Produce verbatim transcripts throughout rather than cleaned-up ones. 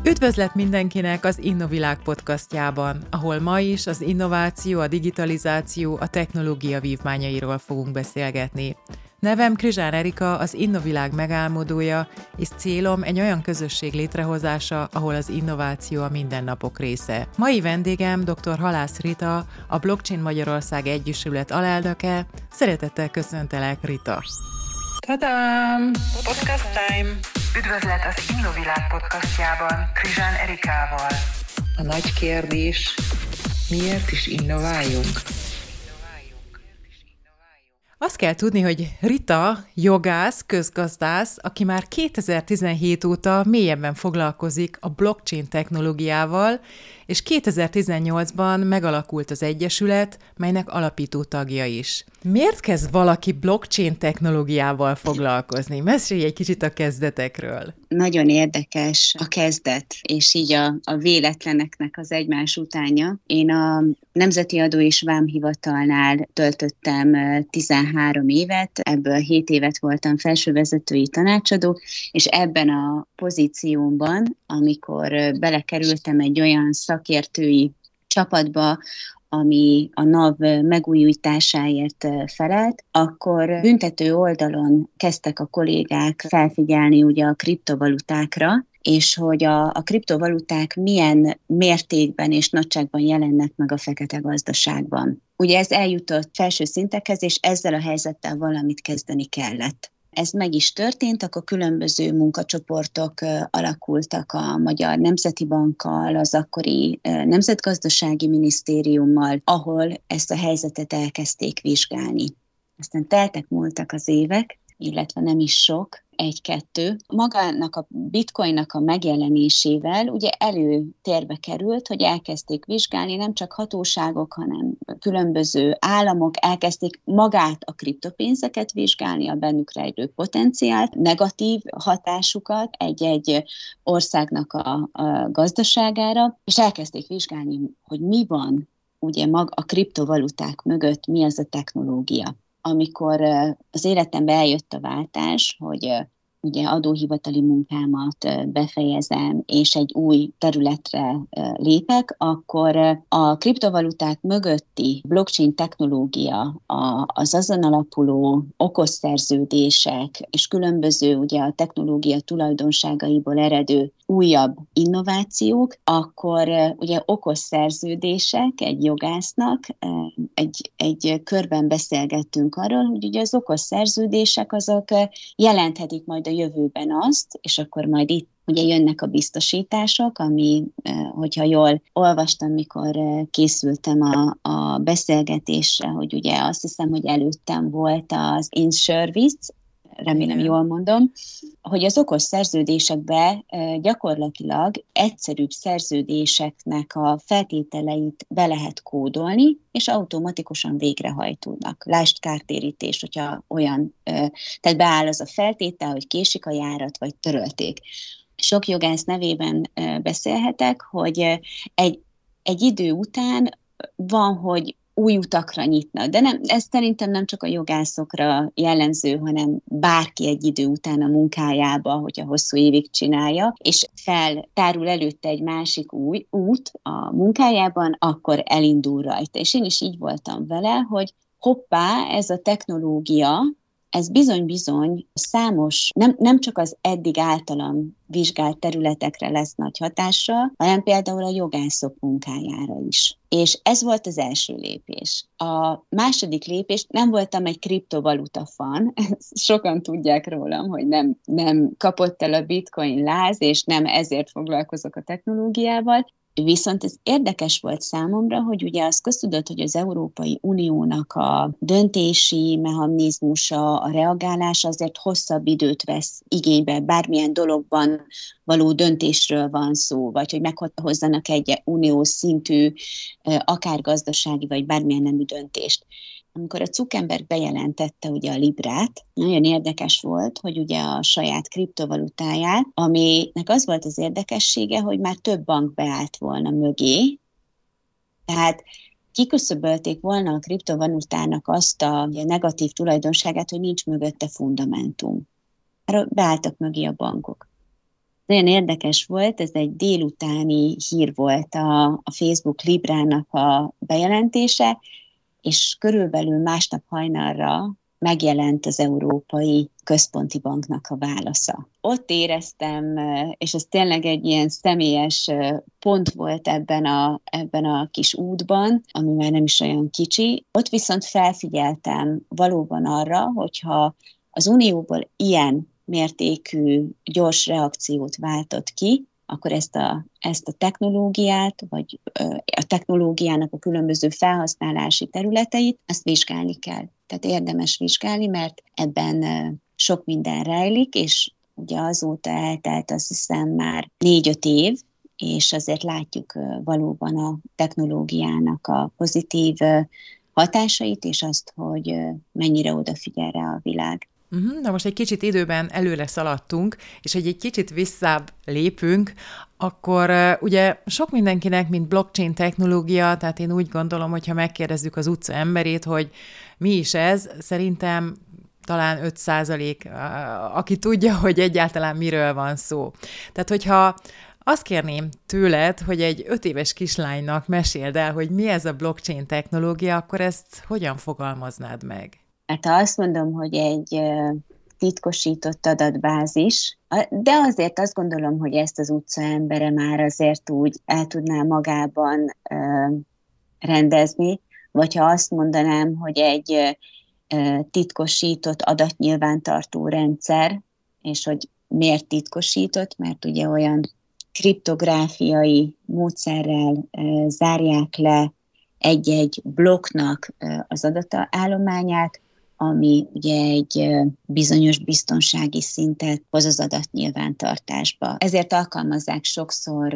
Üdvözlet mindenkinek az Innovilág podcastjában, ahol ma is az innováció, a digitalizáció, a technológia vívmányairól fogunk beszélgetni. Nevem Krizsán Erika, az Innovilág megálmodója, és célom egy olyan közösség létrehozása, ahol az innováció a mindennapok része. Mai vendégem dr. Halász Rita, a Blockchain Magyarország Egyesület alelnöke. Szeretettel köszöntelek, Rita! Tadám! Podcast time! Üdvözlet az Innovilág podcastjában Krizsán Erikával. A nagy kérdés, miért is innováljunk? Azt kell tudni, hogy Rita jogász, közgazdász, aki már kétezer-tizenhét óta mélyebben foglalkozik a blockchain technológiával, és kétezer-tizennyolcban megalakult az Egyesület, melynek alapító tagja is. Miért kezd valaki blockchain technológiával foglalkozni? Mesélj egy kicsit a kezdetekről. Nagyon érdekes a kezdet, és így a, a véletleneknek az egymás utánja. Én a Nemzeti Adó és Vámhivatalnál töltöttem tizenhárom évet, ebből hét évet voltam felsővezetői tanácsadó, és ebben a pozíciómban, amikor belekerültem egy olyan szakértői csapatba, ami a NAV megújításáért felelt, akkor büntető oldalon kezdtek a kollégák felfigyelni ugye a kriptovalutákra, és hogy a, a kriptovaluták milyen mértékben és nagyságban jelennek meg a fekete gazdaságban. Ugye ez eljutott felső szintekhez, és ezzel a helyzettel valamit kezdeni kellett. Ez meg is történt, akkor különböző munkacsoportok alakultak a Magyar Nemzeti Bankkal, az akkori Nemzetgazdasági Minisztériummal, ahol ezt a helyzetet elkezdték vizsgálni. Aztán teltek múltak az évek, illetve nem is sok, egy-kettő. Magának a bitcoinnak a megjelenésével ugye előtérbe került, hogy elkezdték vizsgálni, nem csak hatóságok, hanem különböző államok elkezdték magát a kriptopénzeket vizsgálni, a bennük rejlő potenciált, negatív hatásukat egy-egy országnak a, a gazdaságára, és elkezdték vizsgálni, hogy mi van ugye mag a kriptovaluták mögött, mi az a technológia. Amikor az életembe eljött a váltás, hogy ugye adóhivatali munkámat befejezem, és egy új területre lépek, akkor a kriptovaluták mögötti blockchain technológia, az azon alapuló okos szerződések, és különböző ugye a technológia tulajdonságaiból eredő újabb innovációk, akkor ugye okos szerződések egy jogásznak, egy, egy körben beszélgettünk arról, hogy ugye az okos szerződések azok jelenthetik majd a jövőben azt, és akkor majd itt ugye jönnek a biztosítások, ami, hogyha jól olvastam, mikor készültem a, a beszélgetésre, hogy ugye azt hiszem, hogy előttem volt az InService, remélem jól mondom, hogy az okos szerződésekbe gyakorlatilag egyszerűbb szerződéseknek a feltételeit be lehet kódolni, és automatikusan végrehajtódnak. Lásd kártérítés, hogyha olyan, tehát beáll az a feltétel, hogy késik a járat, vagy törölték. Sok jogász nevében beszélhetek, hogy egy, egy idő után van, hogy új utakra nyitnak. De nem, ez szerintem nem csak a jogászokra jellemző, hanem bárki egy idő után a munkájába, hogyha hosszú évig csinálja, és feltárul előtte egy másik új út a munkájában, akkor elindul rajta. És én is így voltam vele, hogy hoppá, ez a technológia, ez bizony-bizony számos, nem, nem csak az eddig általam vizsgált területekre lesz nagy hatással, hanem például a jogászok munkájára is. És ez volt az első lépés. A második lépés, nem voltam egy kriptovaluta fan, sokan tudják rólam, hogy nem, nem kapott el a bitcoin láz, és nem ezért foglalkozok a technológiával. Viszont ez érdekes volt számomra, hogy ugye azt köztudott, hogy az Európai Uniónak a döntési mechanizmusa, a reagálás azért hosszabb időt vesz igénybe, bármilyen dologban való döntésről van szó, vagy hogy meghozzanak egy uniós szintű, akár gazdasági, vagy bármilyen nemű döntést. Amikor a Zuckerberg bejelentette ugye a Librát, nagyon érdekes volt, hogy ugye a saját kriptovalutáját, aminek az volt az érdekessége, hogy már több bank beállt volna mögé, tehát kiküszöbölték volna a kriptovalutának azt a negatív tulajdonságát, hogy nincs mögötte fundamentum. Beálltak mögé a bankok. nagyon érdekes volt, ez egy délutáni hír volt a, a Facebook Librának a bejelentése, és körülbelül másnap hajnalra megjelent az Európai Központi Banknak a válasza. Ott éreztem, és ez tényleg egy ilyen személyes pont volt ebben a, ebben a kis útban, ami már nem is olyan kicsi. Ott viszont felfigyeltem valóban arra, hogyha az Unióból ilyen mértékű gyors reakciót váltott ki, akkor ezt a, ezt a technológiát, vagy a technológiának a különböző felhasználási területeit, ezt vizsgálni kell. Tehát érdemes vizsgálni, mert ebben sok minden rejlik, és ugye azóta eltelt azt hiszem már négy-öt év, és azért látjuk valóban a technológiának a pozitív hatásait, és azt, hogy mennyire odafigyel rá a világ. Na most egy kicsit időben előre szaladtunk, és hogy egy kicsit visszább lépünk, akkor uh, ugye sok mindenkinek, mint blockchain technológia, tehát én úgy gondolom, hogyha megkérdezzük az utca emberét, hogy mi is ez, szerintem talán öt százalék, uh, aki tudja, hogy egyáltalán miről van szó. Tehát hogyha azt kérném tőled, hogy egy öt éves kislánynak meséld el, hogy mi ez a blockchain technológia, akkor ezt hogyan fogalmaznád meg? Hát ha azt mondom, hogy egy titkosított adatbázis, de azért azt gondolom, hogy ezt az utca embere már azért úgy el tudná magában rendezni, vagy ha azt mondanám, hogy egy titkosított adatnyilvántartó rendszer, és hogy miért titkosított, mert ugye olyan kriptográfiai módszerrel zárják le egy-egy blokknak az adatállományát, ami ugye egy bizonyos biztonsági szintet hoz az adatnyilvántartásba. Ezért alkalmazzák sokszor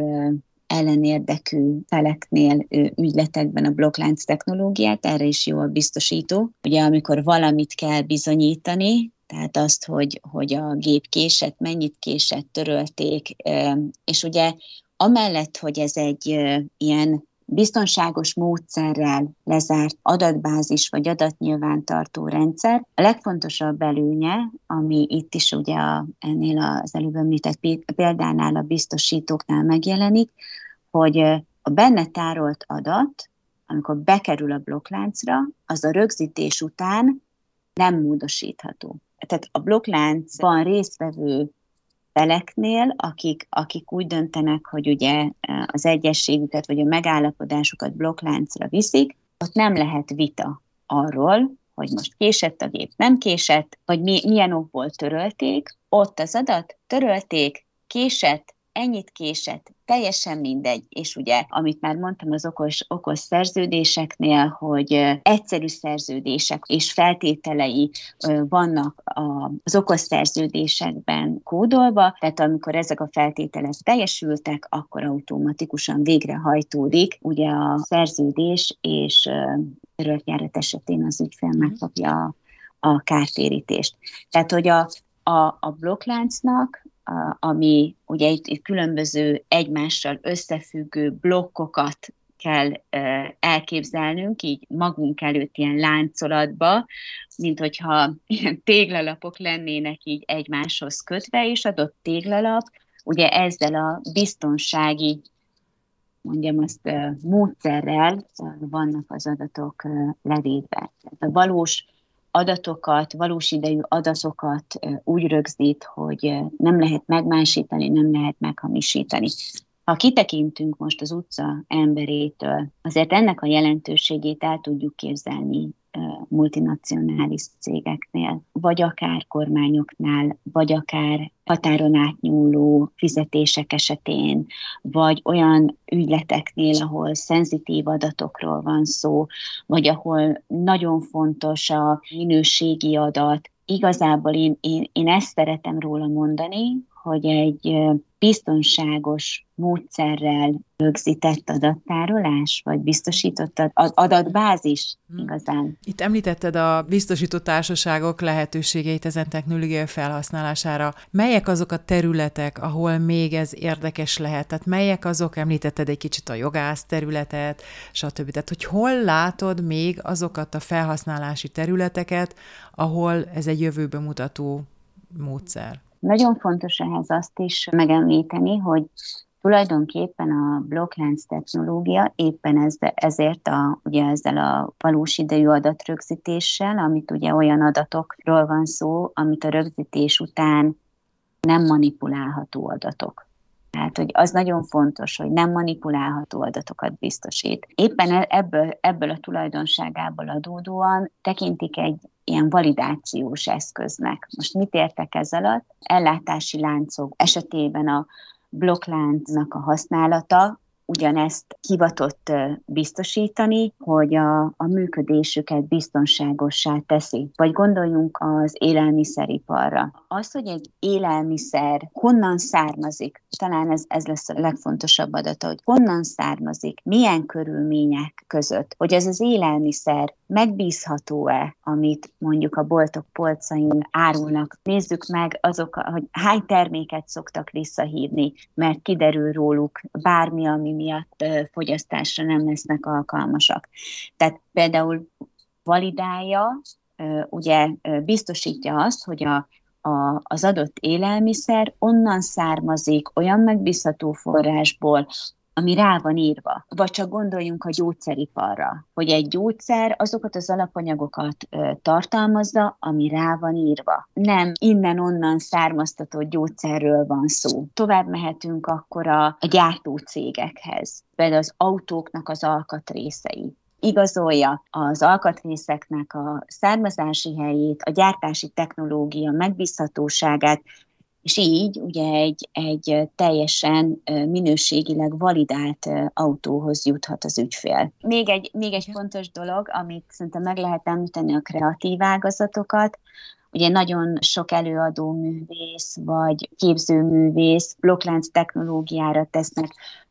ellenérdekű feleknél, ügyletekben a blokklánc technológiát, erre is jó a biztosító. Ugye amikor valamit kell bizonyítani, tehát azt, hogy, hogy a gép késett, mennyit késett, törölték, és ugye amellett, hogy ez egy ilyen biztonságos módszerrel lezárt adatbázis vagy adatnyilvántartó rendszer. A legfontosabb előnye, ami itt is ugye a, ennél az előbb említett példánál a biztosítóknál megjelenik, hogy a benne tárolt adat, amikor bekerül a blokkláncra, az a rögzítés után nem módosítható. Tehát a blokkláncban résztvevő feleknél, akik, akik úgy döntenek, hogy ugye az egyességüket vagy a megállapodásukat blokkláncra viszik, ott nem lehet vita arról, hogy most késett a gép, nem késett, vagy mi, milyen okból törölték, ott az adat, törölték, késett, ennyit késett, teljesen mindegy, és ugye, amit már mondtam az okos, okos szerződéseknél, hogy egyszerű szerződések és feltételei vannak az okos szerződésekben kódolva, tehát amikor ezek a feltételek teljesültek, akkor automatikusan végrehajtódik ugye a szerződés, és töröltjárat esetén az ügyfél megkapja a, a kártérítést. Tehát, hogy a, a, a blokkláncnak, ami ugye itt különböző egymással összefüggő blokkokat kell elképzelnünk, így magunk előtt ilyen láncolatba, mint hogyha ilyen téglalapok lennének így egymáshoz kötve, és adott téglalap, ugye ezzel a biztonsági, mondjam azt, módszerrel vannak az adatok levédve. Tehát a valós adatokat, valós idejű adatokat úgy rögzít, hogy nem lehet megmásítani, nem lehet meghamisítani. Ha kitekintünk most az utca emberétől, azért ennek a jelentőségét el tudjuk képzelni multinacionális cégeknél, vagy akár kormányoknál, vagy akár határon átnyúló fizetések esetén, vagy olyan ügyleteknél, ahol szenzitív adatokról van szó, vagy ahol nagyon fontos a minőségi adat. Igazából én, én, én ezt szeretem róla mondani, hogy egy biztonságos módszerrel rögzített adattárolás, vagy biztosított adatbázis igazán. Itt említetted a biztosító társaságok lehetőségeit ezen technológiai felhasználására. Melyek azok a területek, ahol még ez érdekes lehet? Tehát melyek azok, említetted egy kicsit a jogász területet, stb. Tehát, hogy hol látod még azokat a felhasználási területeket, ahol ez egy jövőbe mutató módszer? Nagyon fontos ehhez azt is megemlíteni, hogy tulajdonképpen a blokklánc technológia éppen ez, ezért a, ugye ezzel a valós idejű adatrögzítéssel, amit ugye olyan adatokról van szó, amit a rögzítés után nem manipulálható adatok. Tehát, hogy az nagyon fontos, hogy nem manipulálható adatokat biztosít. Éppen ebből, ebből a tulajdonságából adódóan tekintik egy ilyen validációs eszköznek. Most mit értek ez alatt? Ellátási láncok esetében a blokkláncnak a használata ugyanezt hivatott biztosítani, hogy a, a működésüket biztonságossá teszi. Vagy gondoljunk az élelmiszeriparra. Az, hogy egy élelmiszer honnan származik, talán ez, ez lesz a legfontosabb adata, hogy honnan származik, milyen körülmények között, hogy ez az élelmiszer megbízható-e, amit mondjuk a boltok polcain árulnak. Nézzük meg azok, hogy hány terméket szoktak visszahívni, mert kiderül róluk bármi, ami miatt fogyasztásra nem lesznek alkalmasak. Tehát például validálja, ugye biztosítja azt, hogy a, a, az adott élelmiszer onnan származik olyan megbízható forrásból, ami rá van írva. Vagy csak gondoljunk a gyógyszeriparra, hogy egy gyógyszer azokat az alapanyagokat ö, tartalmazza, ami rá van írva. Nem innen-onnan származtatott gyógyszerről van szó. Tovább mehetünk akkor a, a gyártócégekhez. Például az autóknak az alkatrészei. Igazolja az alkatrészeknek a származási helyét, a gyártási technológia megbízhatóságát, és így ugye egy, egy teljesen minőségileg validált autóhoz juthat az ügyfél. Még egy, még egy fontos dolog, amit szerintem meg lehet említeni, a kreatív ágazatokat. Ugye nagyon sok előadó művész vagy képzőművész blokklánc technológiára tesznek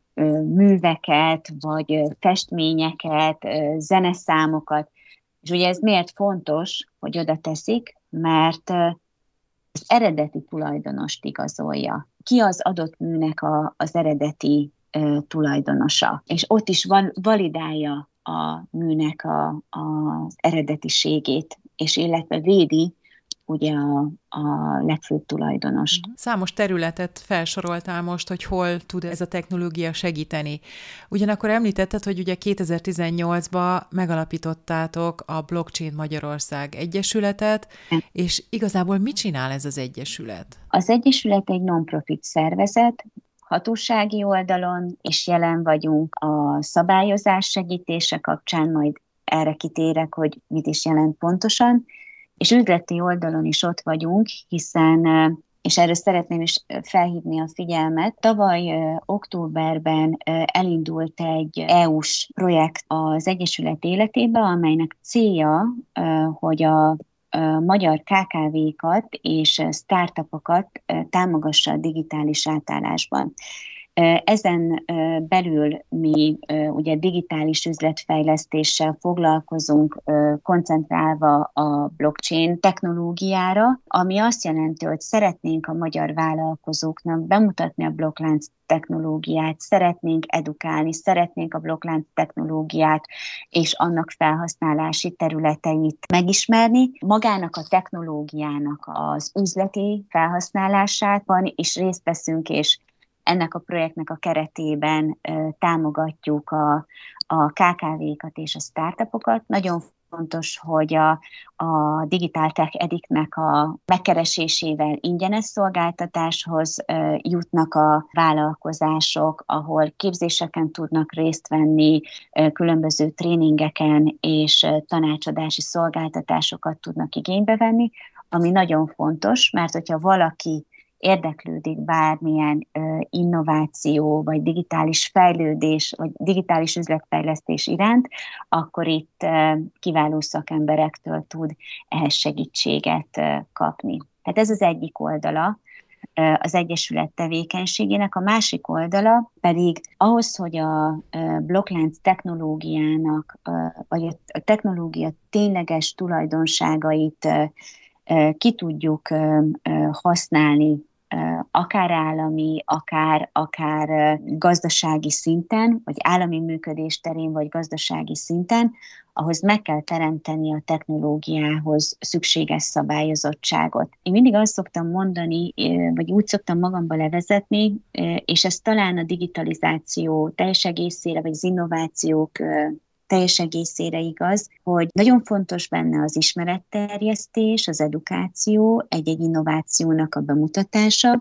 műveket, vagy festményeket, zeneszámokat. És ugye ez miért fontos, hogy oda teszik, mert az eredeti tulajdonost igazolja. Ki az adott műnek a, az eredeti e, tulajdonosa. És ott is van, validálja a műnek a, a, az eredetiségét, és illetve védi ugye a, a legfőbb tulajdonost. Számos területet felsoroltál most, hogy hol tud ez a technológia segíteni. Ugyanakkor említetted, hogy ugye kétezer-tizennyolcban megalapítottátok a Blockchain Magyarország Egyesületet, és igazából mit csinál ez az egyesület? Az egyesület egy non-profit szervezet, hatósági oldalon, és jelen vagyunk a szabályozás segítése kapcsán, majd erre kitérek, hogy mit is jelent pontosan, és üzleti oldalon is ott vagyunk, hiszen, és erre szeretném is felhívni a figyelmet, tavaly októberben elindult egy é u-s projekt az Egyesület életébe, amelynek célja, hogy a magyar ká ká vé-kat és startupokat támogassa a digitális átállásban. Ezen belül mi ugye digitális üzletfejlesztéssel foglalkozunk, koncentrálva a blockchain technológiára, ami azt jelenti, hogy szeretnénk a magyar vállalkozóknak bemutatni a blokklánc technológiát, szeretnénk edukálni, szeretnénk a blokklánc technológiát és annak felhasználási területeit megismerni. Magának a technológiának az üzleti felhasználásában is részt veszünk, és ennek a projektnek a keretében ö, támogatjuk a, a ká ká vé-kat és a startupokat. Nagyon fontos, hogy a, a Digital Tech Ediknek a megkeresésével ingyenes szolgáltatáshoz ö, jutnak a vállalkozások, ahol képzéseken tudnak részt venni, ö, különböző tréningeken és ö, tanácsadási szolgáltatásokat tudnak igénybe venni, ami nagyon fontos, mert hogyha valaki érdeklődik bármilyen ö, innováció, vagy digitális fejlődés, vagy digitális üzletfejlesztés iránt, akkor itt ö, kiváló szakemberektől tud ehhez segítséget ö, kapni. Tehát ez az egyik oldala ö, az Egyesület tevékenységének, a másik oldala pedig ahhoz, hogy a ö, blokklánc technológiának, ö, vagy a technológia tényleges tulajdonságait ö, ki tudjuk használni akár állami, akár, akár gazdasági szinten, vagy állami működés terén, vagy gazdasági szinten, ahhoz meg kell teremteni a technológiához szükséges szabályozottságot. Én mindig azt szoktam mondani, vagy úgy szoktam magamba levezetni, és ez talán a digitalizáció teljes egészére, vagy az innovációk teljes egészére igaz, hogy nagyon fontos benne az ismeretterjesztés, az edukáció, egy-egy innovációnak a bemutatása,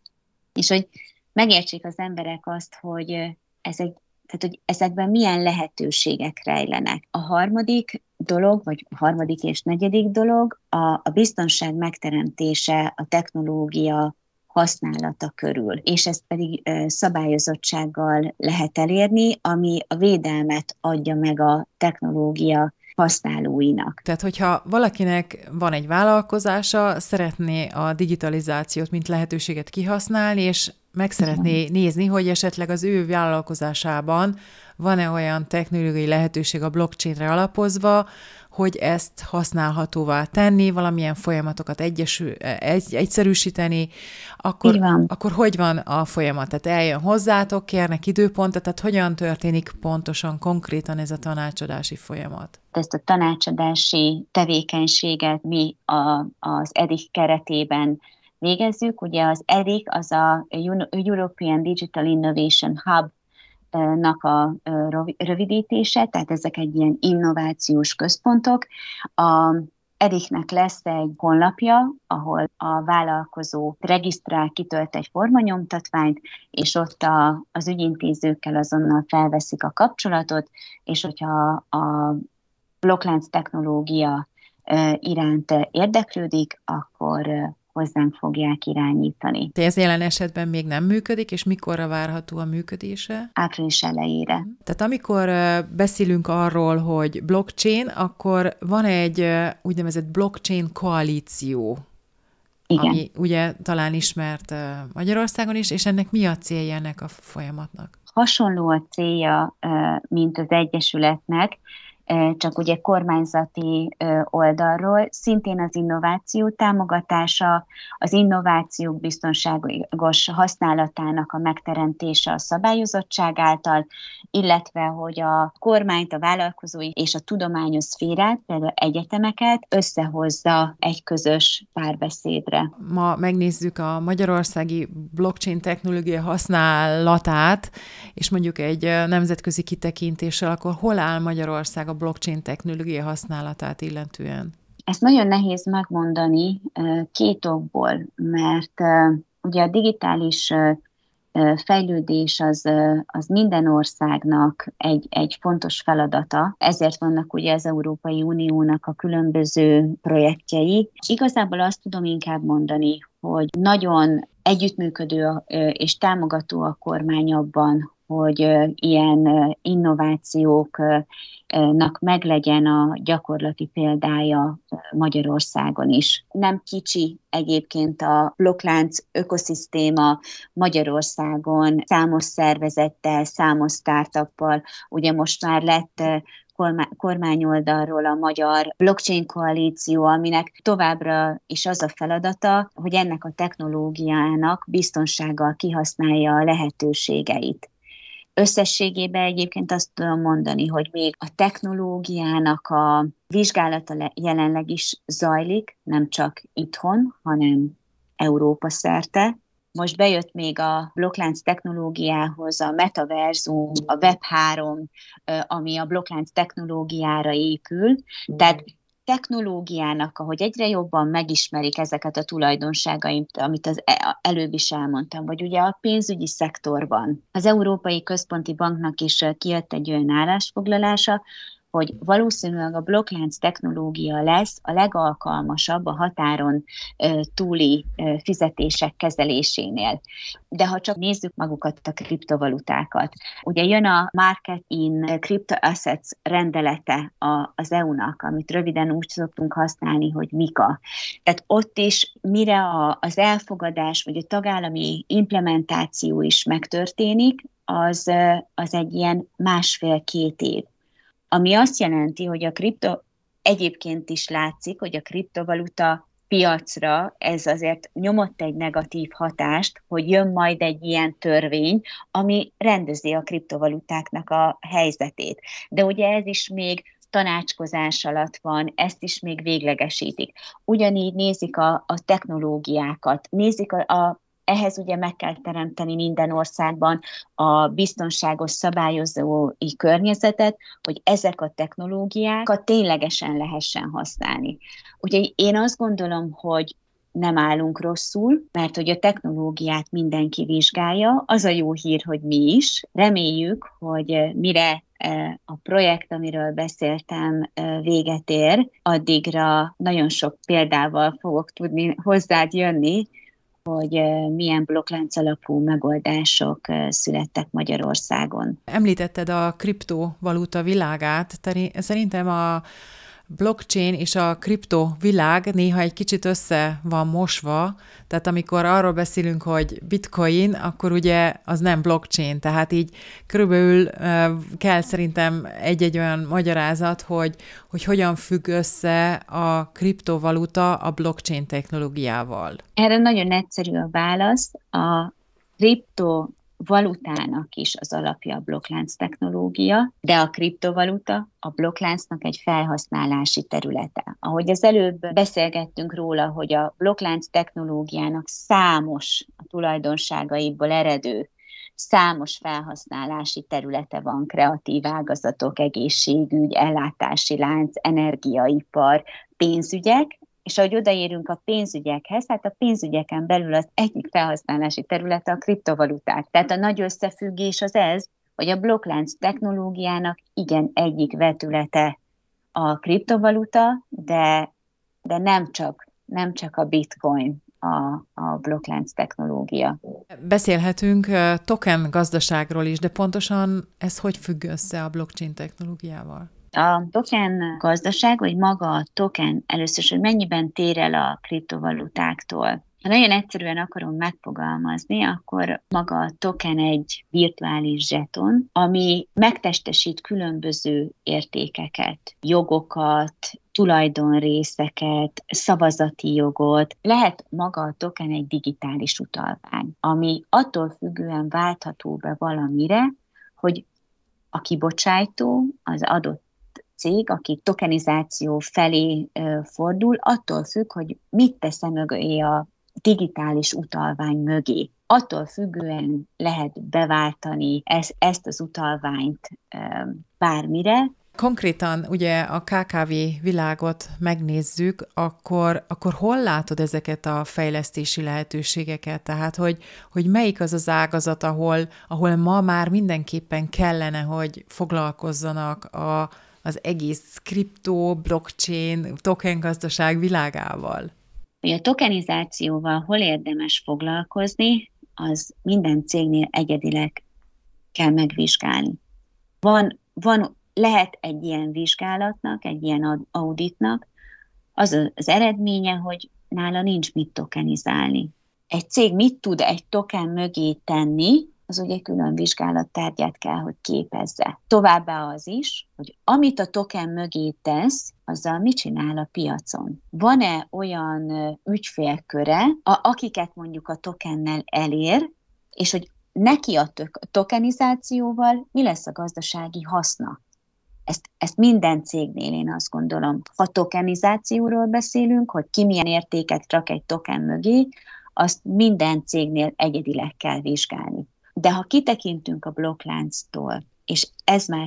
és hogy megértsék az emberek azt, hogy, ez egy, tehát, hogy ezekben milyen lehetőségek rejlenek. A harmadik dolog, vagy a harmadik és negyedik dolog a, a biztonság megteremtése, a technológia használata körül, és ezt pedig ö, szabályozottsággal lehet elérni, ami a védelmet adja meg a technológia használóinak. Tehát, hogyha valakinek van egy vállalkozása, szeretné a digitalizációt, mint lehetőséget kihasználni, és meg szeretné nézni, hogy esetleg az ő vállalkozásában van-e olyan technológiai lehetőség a blockchainre alapozva, hogy ezt használhatóvá tenni, valamilyen folyamatokat egyesül, egy, egyszerűsíteni, akkor, akkor hogy van a folyamat? Tehát eljön hozzátok, kérnek időpontot, tehát hogyan történik pontosan, konkrétan ez a tanácsadási folyamat? Ezt a tanácsadási tevékenységet mi a, az E D I K keretében végezzük. Ugye az E D I K az a European Digital Innovation Hub nak a rövidítése, tehát ezek egy ilyen innovációs központok. A E D I K-nek lesz egy honlapja, ahol a vállalkozó regisztrál, kitölt egy formanyomtatványt, és ott a, az ügyintézőkkel azonnal felveszik a kapcsolatot, és hogyha a blokklánc technológia iránt érdeklődik, akkor hozzánk fogják irányítani. De ez jelen esetben még nem működik, és mikorra várható a működése? Április elejére. Tehát amikor beszélünk arról, hogy blockchain, akkor van egy úgynevezett blockchain koalíció, igen, ami ugye talán ismert Magyarországon is, és ennek mi a célja ennek a folyamatnak? Hasonló a célja, mint az Egyesületnek, csak ugye kormányzati oldalról, szintén az innováció támogatása, az innovációk biztonságos használatának a megteremtése a szabályozottság által, illetve hogy a kormányt, a vállalkozói és a tudományos szférát, például egyetemeket összehozza egy közös párbeszédre. Ma megnézzük a magyarországi blockchain technológia használatát, és mondjuk egy nemzetközi kitekintéssel, akkor hol áll Magyarország a blockchain technológia használatát illetően? Ezt nagyon nehéz megmondani két okból, mert ugye a digitális fejlődés az, az minden országnak egy, egy fontos feladata, ezért vannak ugye az Európai Uniónak a különböző projektjei. Igazából azt tudom inkább mondani, hogy nagyon együttműködő és támogató a kormány abban, hogy ilyen innovációknak meglegyen a gyakorlati példája Magyarországon is. Nem kicsi egyébként a blokklánc ökoszisztéma Magyarországon, számos szervezettel, számos startuppal, ugye most már lett kormányoldalról a Magyar Blockchain Koalíció, aminek továbbra is az a feladata, hogy ennek a technológiának biztonsággal kihasználja a lehetőségeit. Összességében egyébként azt tudom mondani, hogy még a technológiának a vizsgálata jelenleg is zajlik, nem csak itthon, hanem Európa szerte. Most bejött még a blokklánc technológiához a metaverzum, a web három, ami a blokklánc technológiára épül. Tehát technológiának, ahogy egyre jobban megismerik ezeket a tulajdonságait, amit az előbb is elmondtam, vagy ugye a pénzügyi szektorban. Az Európai Központi Banknak is kijött egy olyan állásfoglalása, hogy valószínűleg a blokklánc technológia lesz a legalkalmasabb a határon túli fizetések kezelésénél. De ha csak nézzük magukat a kriptovalutákat, ugye jön a Market in Crypto Assets rendelete az é u-nak, amit röviden úgy szoktunk használni, hogy MiCA. Tehát ott is, mire az elfogadás vagy a tagállami implementáció is megtörténik, az, az egy ilyen másfél-két év. Ami azt jelenti, hogy a kripto, egyébként is látszik, hogy a kriptovaluta piacra ez azért nyomott egy negatív hatást, hogy jön majd egy ilyen törvény, ami rendezi a kriptovalutáknak a helyzetét. De ugye ez is még tanácskozás alatt van, ezt is még véglegesítik. Ugyanígy nézik a, a technológiákat, nézik a, a ehhez ugye meg kell teremteni minden országban a biztonságos szabályozói környezetet, hogy ezek a technológiákat ténylegesen lehessen használni. Úgyhogy én azt gondolom, hogy nem állunk rosszul, mert hogy a technológiát mindenki vizsgálja. Az a jó hír, hogy mi is. Reméljük, hogy mire a projekt, amiről beszéltem, véget ér, addigra nagyon sok példával fogok tudni hozzád jönni, hogy milyen blokklánc alapú megoldások születtek Magyarországon. Említetted a kriptovaluta világát. Szerintem a blockchain és a kriptovilág néha egy kicsit össze van mosva, tehát amikor arról beszélünk, hogy bitcoin, akkor ugye az nem blockchain, tehát így körülbelül kell szerintem egy-egy olyan magyarázat, hogy, hogy hogyan függ össze a kriptovaluta a blockchain technológiával. Erre nagyon egyszerű a válasz. A kripto valutának is az alapja a blokklánc technológia, de a kriptovaluta a blokkláncnak egy felhasználási területe. Ahogy az előbb beszélgettünk róla, hogy a blokklánc technológiának számos a tulajdonságaiból eredő, számos felhasználási területe van, kreatív ágazatok, egészségügy, ellátási lánc, energiaipar, pénzügyek, és ahogy odaérünk a pénzügyekhez, hát a pénzügyeken belül az egyik felhasználási területe a kriptovaluták. Tehát a nagy összefüggés az ez, hogy a blokklánc technológiának igen egyik vetülete a kriptovaluta, de, de nem csak, nem csak a bitcoin a, a blokklánc technológia. Beszélhetünk token gazdaságról is, de pontosan ez hogy függ össze a blockchain technológiával? A token gazdaság, vagy maga a token először, hogy mennyiben tér el a kriptovalutáktól. Ha nagyon egyszerűen akarom megfogalmazni, akkor maga a token egy virtuális zseton, ami megtestesít különböző értékeket, jogokat, tulajdonrészeket, szavazati jogot. Lehet maga a token egy digitális utalvány, ami attól függően váltható be valamire, hogy a kibocsájtó, az adott cég, aki tokenizáció felé fordul, attól függ, hogy mit tesz mögé a digitális utalvány mögé. Attól függően lehet beváltani ezt, ezt az utalványt bármire. Konkrétan ugye a ká ká vé világot megnézzük, akkor, akkor hol látod ezeket a fejlesztési lehetőségeket? Tehát, hogy, hogy melyik az az ágazat, ahol, ahol ma már mindenképpen kellene, hogy foglalkozzanak a az egész kriptó, blockchain, token gazdaság világával? A tokenizációval hol érdemes foglalkozni, az minden cégnél egyedileg kell megvizsgálni. Van, van, lehet egy ilyen vizsgálatnak, egy ilyen auditnak, az az eredménye, hogy nála nincs mit tokenizálni. Egy cég mit tud egy token mögé tenni, az ugye külön vizsgálattárgyát kell, hogy képezze. Továbbá az is, hogy amit a token mögé tesz, azzal mit csinál a piacon. Van-e olyan ügyfélköre, a, akiket mondjuk a tokennel elér, és hogy neki a tokenizációval mi lesz a gazdasági haszna. Ezt, ezt minden cégnél én azt gondolom. Ha tokenizációról beszélünk, hogy ki milyen értéket rak egy token mögé, azt minden cégnél egyedileg kell vizsgálni. De ha kitekintünk a blokklánctól, és ez már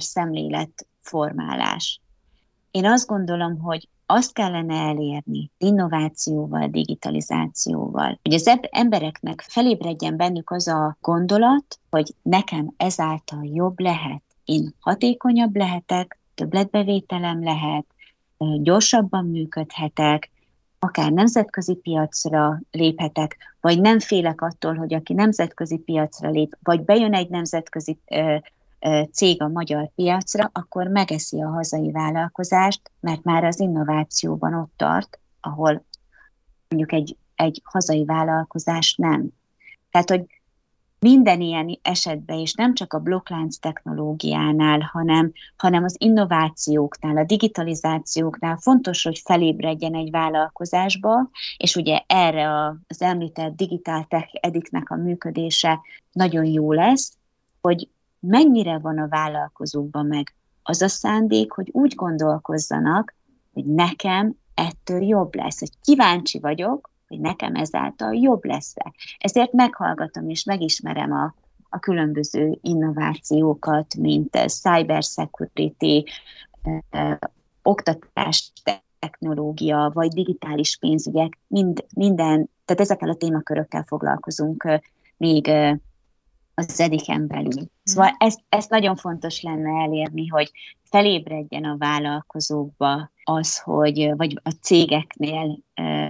szemléletformálás, én azt gondolom, hogy azt kellene elérni innovációval, digitalizációval, hogy az embereknek felébredjen bennük az a gondolat, hogy nekem ezáltal jobb lehet, én hatékonyabb lehetek, többletbevételem lehet, gyorsabban működhetek, akár nemzetközi piacra léphetek, vagy nem félek attól, hogy aki nemzetközi piacra lép, vagy bejön egy nemzetközi ö, ö, cég a magyar piacra, akkor megeszi a hazai vállalkozást, mert már az innovációban ott tart, ahol mondjuk egy, egy hazai vállalkozás nem. Tehát, hogy minden ilyen esetben, és nem csak a blokklánc technológiánál, hanem, hanem az innovációknál, a digitalizációknál fontos, hogy felébredjen egy vállalkozásba, és ugye erre az említett Digital Tech Ediknek a működése nagyon jó lesz, hogy mennyire van a vállalkozókban meg az a szándék, hogy úgy gondolkozzanak, hogy nekem ettől jobb lesz, hogy kíváncsi vagyok, hogy nekem ezáltal jobb lesz-e. Ezért meghallgatom és megismerem a, a különböző innovációkat, mint cyber security, eh, oktatás, technológia, vagy digitális pénzügyek, mind, minden, tehát ezekkel a témakörökkel foglalkozunk eh, még eh, az ediken belül. Szóval ezt, ezt nagyon fontos lenne elérni, hogy felébredjen a vállalkozókba az, hogy, vagy a cégeknél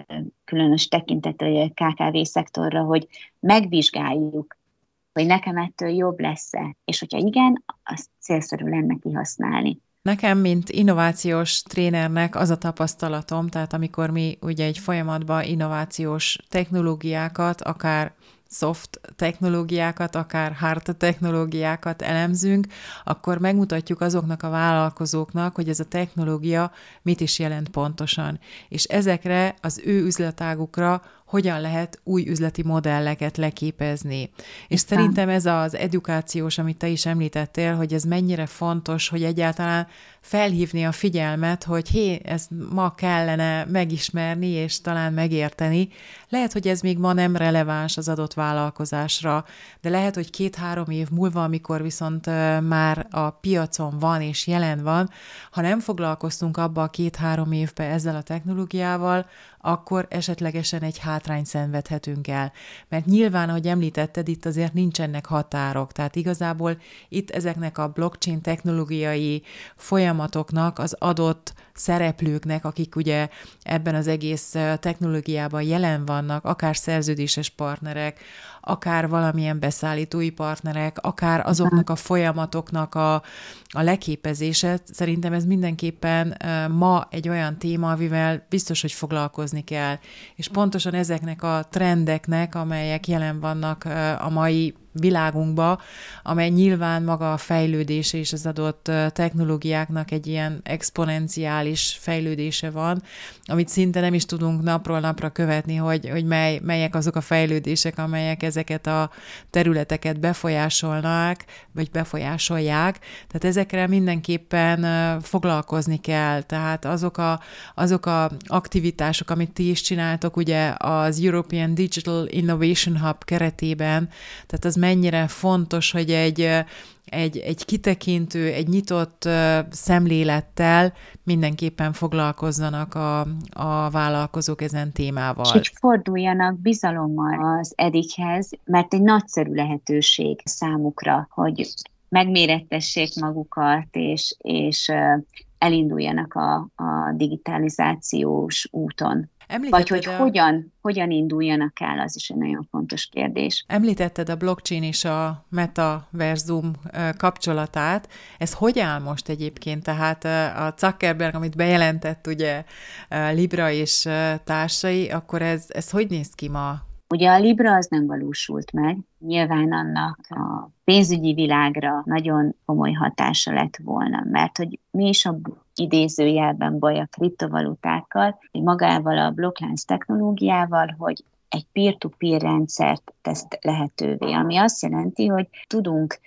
különös tekintettel a ká ká vé szektorra, hogy megvizsgáljuk, hogy nekem ettől jobb lesz-e, és hogyha igen, azt célszerű lenne kihasználni. Nekem, mint innovációs trénernek az a tapasztalatom, tehát amikor mi ugye egy folyamatban innovációs technológiákat, akár soft technológiákat, akár hard technológiákat elemzünk, akkor megmutatjuk azoknak a vállalkozóknak, hogy ez a technológia mit is jelent pontosan. És ezekre az ő üzletágukra hogyan lehet új üzleti modelleket leképezni. És Aztán. Szerintem ez az edukációs, amit te is említettél, hogy ez mennyire fontos, hogy egyáltalán felhívni a figyelmet, hogy hé, ezt ma kellene megismerni, és talán megérteni. Lehet, hogy ez még ma nem releváns az adott vállalkozásra, de lehet, hogy két-három év múlva, amikor viszont már a piacon van és jelen van, ha nem foglalkoztunk abba a két-három évben ezzel a technológiával, akkor esetlegesen egy hátrányt szenvedhetünk el. Mert nyilván, ahogy említetted, itt azért nincsenek határok, tehát igazából itt ezeknek a blockchain technológiai folyamatoknak az adott szereplőknek, akik ugye ebben az egész technológiában jelen vannak, akár szerződéses partnerek, akár valamilyen beszállítói partnerek, akár azoknak a folyamatoknak a, a leképezése. Szerintem ez mindenképpen ma egy olyan téma, amivel biztos, hogy foglalkozni kell. És pontosan ezeknek a trendeknek, amelyek jelen vannak a mai világunkba, amely nyilván maga a fejlődése és az adott technológiáknak egy ilyen exponenciális fejlődése van, amit szinte nem is tudunk napról napra követni, hogy, hogy mely, melyek azok a fejlődések, amelyek ezeket a területeket befolyásolnak, vagy befolyásolják. Tehát ezekre mindenképpen foglalkozni kell. Tehát azok a, azok a aktivitások, amit ti is csináltok, ugye az European Digital Innovation Hub keretében, tehát az mennyire fontos, hogy egy, egy, egy kitekintő, egy nyitott szemlélettel mindenképpen foglalkozzanak a, a vállalkozók ezen témával. És hogy forduljanak bizalommal az edikhez, mert egy nagyszerű lehetőség számukra, hogy megmérettessék magukat, és, és elinduljanak a, a digitalizációs úton. Vagy hogy a... hogyan, hogyan induljanak el, az is egy nagyon fontos kérdés. Említetted a blockchain és a metaverzum kapcsolatát. Ez hogy áll most egyébként? Tehát a Zuckerberg, amit bejelentett ugye Libra és társai, akkor ez, ez hogy néz ki ma? Ugye a Libra az nem valósult meg. Nyilván annak a pénzügyi világra nagyon komoly hatása lett volna, mert hogy mi is a idézőjelben baj a kriptovalutákkal, hogy magával a blokklánc technológiával, hogy egy peer-to-peer rendszert tesz lehetővé, ami azt jelenti, hogy tudunk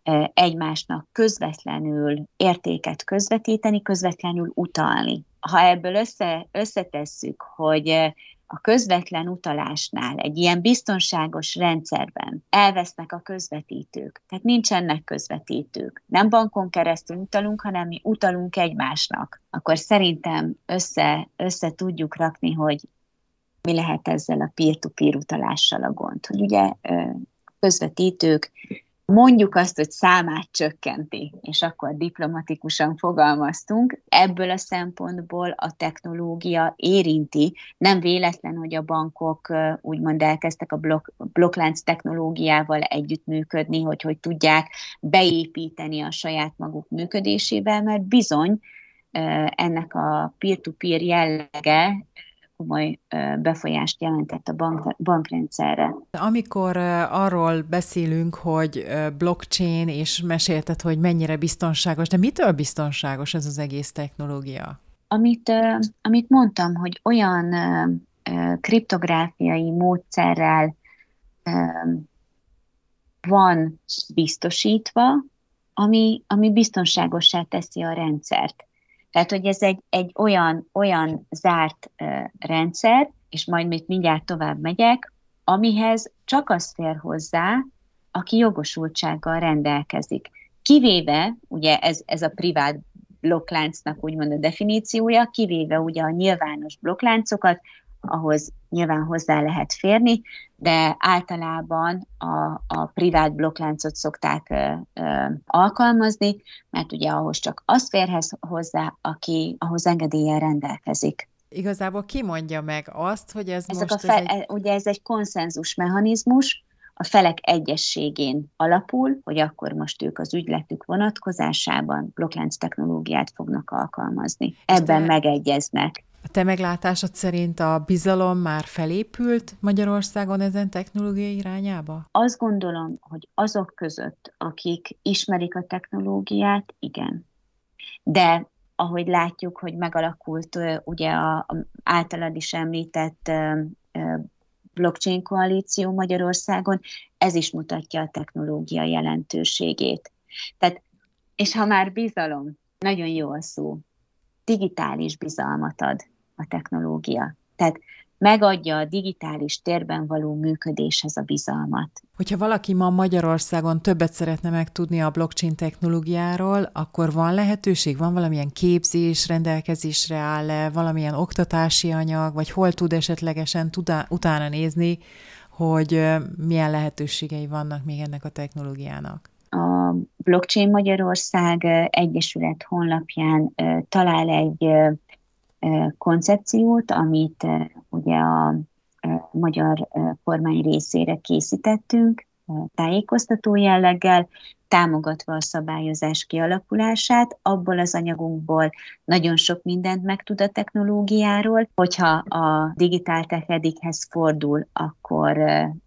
egymásnak közvetlenül értéket közvetíteni, közvetlenül utalni. Ha ebből össze, összetesszük, hogy a közvetlen utalásnál egy ilyen biztonságos rendszerben elvesznek a közvetítők, tehát nincsenek közvetítők, nem bankon keresztül utalunk, hanem mi utalunk egymásnak, akkor szerintem össze, össze tudjuk rakni, hogy mi lehet ezzel a peer-to-peer utalással a gond. Hogy ugye közvetítők mondjuk azt, hogy számát csökkenti, és akkor diplomatikusan fogalmaztunk. Ebből a szempontból a technológia érinti. Nem véletlen, hogy a bankok úgymond elkezdtek a blokk, blokklánc technológiával együttműködni, hogy hogy tudják beépíteni a saját maguk működésébe, mert bizony ennek a peer-to-peer jellege komoly befolyást jelentett a bank, bankrendszerre. Amikor arról beszélünk, hogy blockchain, és mesélted, hogy mennyire biztonságos, de mitől biztonságos ez az egész technológia? Amit, amit mondtam, hogy olyan kriptográfiai módszerrel van biztosítva, ami, ami biztonságossá teszi a rendszert. Tehát, hogy ez egy, egy olyan, olyan zárt uh, rendszer, és majd még mindjárt tovább megyek, amihez csak az fér hozzá, aki jogosultsággal rendelkezik. Kivéve, ugye ez, ez a privát blokkláncnak úgymond a definíciója, kivéve ugye a nyilvános blokkláncokat, ahhoz nyilván hozzá lehet férni, de általában a, a privát blokkláncot szokták ö, ö, alkalmazni, mert ugye ahhoz csak az férhez hozzá, aki ahhoz engedéllyel rendelkezik. Igazából ki mondja meg azt, hogy ez Ezek most... A fe, ez egy... Ugye ez egy konszenzus mechanizmus, a felek egyességén alapul, hogy akkor most ők az ügyletük vonatkozásában blokklánc technológiát fognak alkalmazni. Ebben te... megegyeznek. A te meglátásod szerint a bizalom már felépült Magyarországon ezen technológia irányába? Azt gondolom, hogy azok között, akik ismerik a technológiát, igen. De ahogy látjuk, hogy megalakult ugye a, a általad is említett blockchain koalíció Magyarországon, ez is mutatja a technológia jelentőségét. Tehát, és ha már bizalom, nagyon jó a szó, digitális bizalmat ad a technológia. Tehát megadja a digitális térben való működéshez a bizalmat. Hogyha valaki ma Magyarországon többet szeretne megtudni a blockchain technológiáról, akkor van lehetőség, van valamilyen képzés, rendelkezésre áll-e, valamilyen oktatási anyag, vagy hol tud esetlegesen tudá- utána nézni, hogy milyen lehetőségei vannak még ennek a technológiának? A Blockchain Magyarország Egyesület honlapján talál egy koncepciót, amit ugye a magyar kormány részére készítettünk, tájékoztató jelleggel, támogatva a szabályozás kialakulását. Abból az anyagunkból nagyon sok mindent megtud a technológiáról. Hogyha a Digital Tech Edikhez fordul, akkor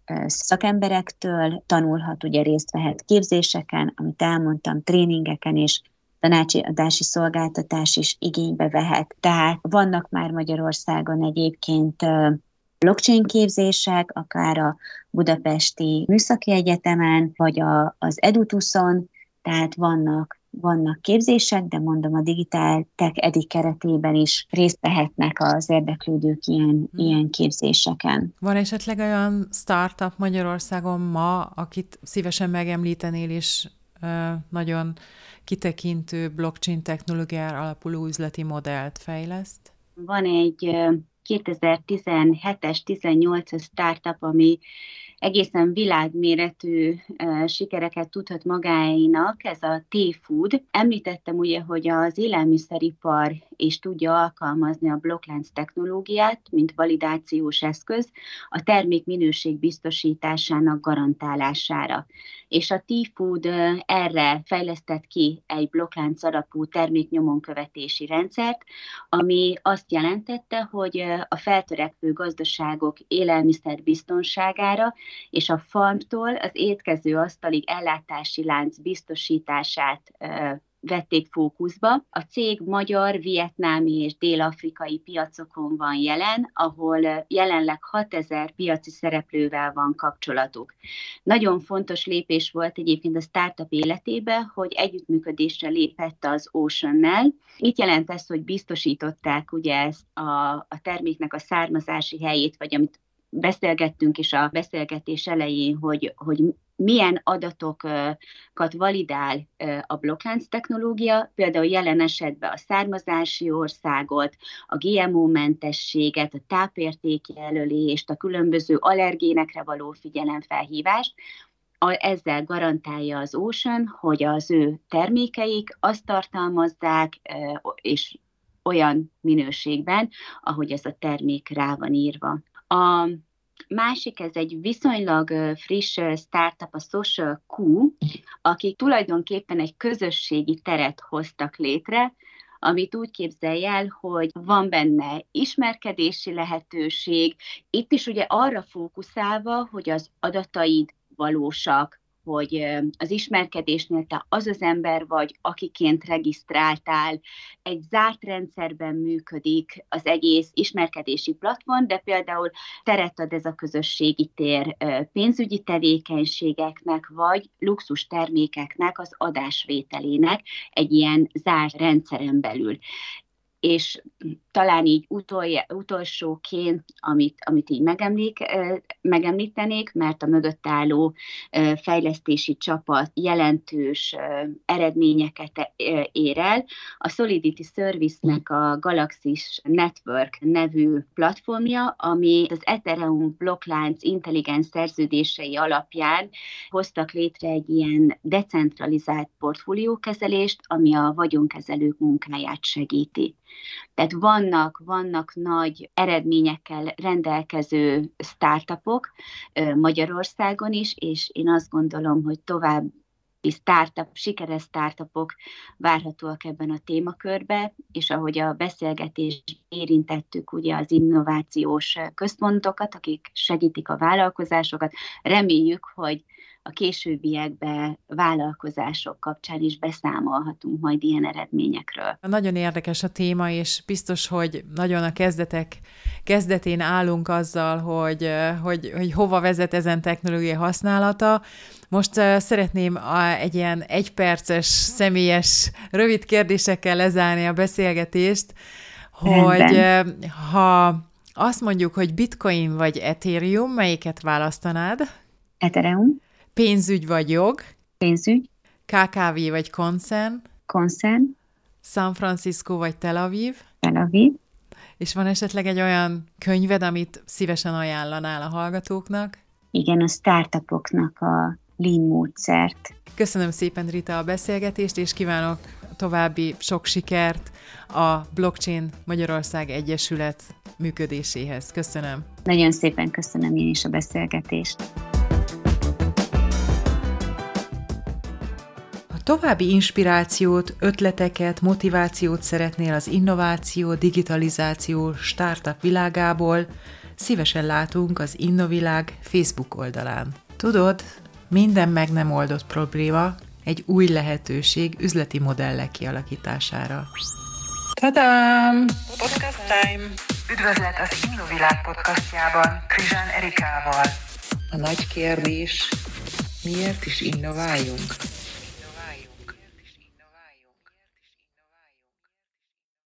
szakemberektől tanulhat, ugye részt vehet képzéseken, amit elmondtam, tréningeken és tanácsadási szolgáltatás is igénybe vehet. Tehát vannak már Magyarországon egyébként blockchain képzések, akár a Budapesti Műszaki Egyetemen, vagy a, az Edutuson, tehát vannak, vannak képzések, de mondom, a Digital Tech Edik keretében is részt vehetnek az érdeklődők ilyen, hmm. ilyen képzéseken. Van esetleg olyan startup Magyarországon ma, akit szívesen megemlítenél, és uh, nagyon kitekintő blockchain technológiára alapuló üzleti modellt fejleszt? Van egy kétezer-tizenhetes tizennyolcas startup, ami egészen világméretű uh, sikereket tudhat magáénak, ez a T-Food. Említettem ugye, hogy az élelmiszeripar is tudja alkalmazni a blokklánc technológiát, mint validációs eszköz a termék minőség biztosításának garantálására. És a T-Food uh, erre fejlesztett ki egy blokklánc alapú terméknyomonkövetési rendszert, ami azt jelentette, hogy uh, a feltörekvő gazdaságok élelmiszer biztonságára és a farmtól az étkező asztalig ellátási lánc biztosítását ö, vették fókuszba. A cég magyar, vietnámi és dél-afrikai piacokon van jelen, ahol jelenleg hatezer piaci szereplővel van kapcsolatuk. Nagyon fontos lépés volt egyébként a startup életébe, hogy együttműködésre lépett az Oceannel. Itt jelent ez, hogy biztosították ugye ezt a, a terméknek a származási helyét, vagy amit beszélgettünk is a beszélgetés elején, hogy, hogy milyen adatokat validál a blokklánc technológia, például jelen esetben a származási országot, a gé em o-mentességet, a tápértékjelölést, a különböző allergénekre való figyelemfelhívást. Ezzel garantálja az Ocean, hogy az ő termékeik azt tartalmazzák, és olyan minőségben, ahogy ez a termék rá van írva. A másik, ez egy viszonylag friss startup, a SocialQ, akik tulajdonképpen egy közösségi teret hoztak létre, amit úgy képzelj el, hogy van benne ismerkedési lehetőség, itt is ugye arra fókuszálva, hogy az adataid valósak, hogy az ismerkedésnél te az az ember vagy, akiként regisztráltál, egy zárt rendszerben működik az egész ismerkedési platform, de például teret ad ez a közösségi tér pénzügyi tevékenységeknek, vagy luxus termékeknek az adásvételének egy ilyen zárt rendszeren belül. És talán így utolja, utolsóként, amit, amit így megemlék, megemlítenék, mert a mögött álló fejlesztési csapat jelentős eredményeket ér el. A Solidity Service-nek a Galaxis Network nevű platformja, ami az Ethereum blokklánc intelligens szerződései alapján hoztak létre egy ilyen decentralizált portfóliókezelést, ami a vagyonkezelők munkáját segíti. Tehát vannak, vannak nagy eredményekkel rendelkező startupok Magyarországon is, és én azt gondolom, hogy további startup, sikeres startupok várhatóak ebben a témakörben, és ahogy a beszélgetésben érintettük ugye az innovációs központokat, akik segítik a vállalkozásokat, reméljük, hogy a későbbiekben vállalkozások kapcsán is beszámolhatunk majd ilyen eredményekről. Nagyon érdekes a téma, és biztos, hogy nagyon a kezdetek kezdetén állunk azzal, hogy, hogy, hogy hova vezet ezen technológia használata. Most uh, szeretném a, egy ilyen egyperces, személyes, rövid kérdésekkel lezárni a beszélgetést, hogy uh, ha azt mondjuk, hogy Bitcoin vagy Ethereum, melyiket választanád? Ethereum. Pénzügy vagy jog? Pénzügy. ká ká vé vagy koncern? Koncern. San Francisco vagy Tel Aviv? Tel Aviv. És van esetleg egy olyan könyved, amit szívesen ajánlanál a hallgatóknak? Igen, a startupoknak a Lean módszert. Köszönöm szépen, Rita, a beszélgetést, és kívánok további sok sikert a Blockchain Magyarország Egyesület működéséhez. Köszönöm. Nagyon szépen köszönöm én is a beszélgetést. További inspirációt, ötleteket, motivációt szeretnél az innováció, digitalizáció, startup világából, szívesen látunk az Innovilág Facebook oldalán. Tudod, minden meg nem oldott probléma egy új lehetőség üzleti modellek kialakítására. Tadám! Podcast time! Üdvözlet az Innovilág podcastjában Krizsán Erikával. A nagy kérdés, miért is innováljunk?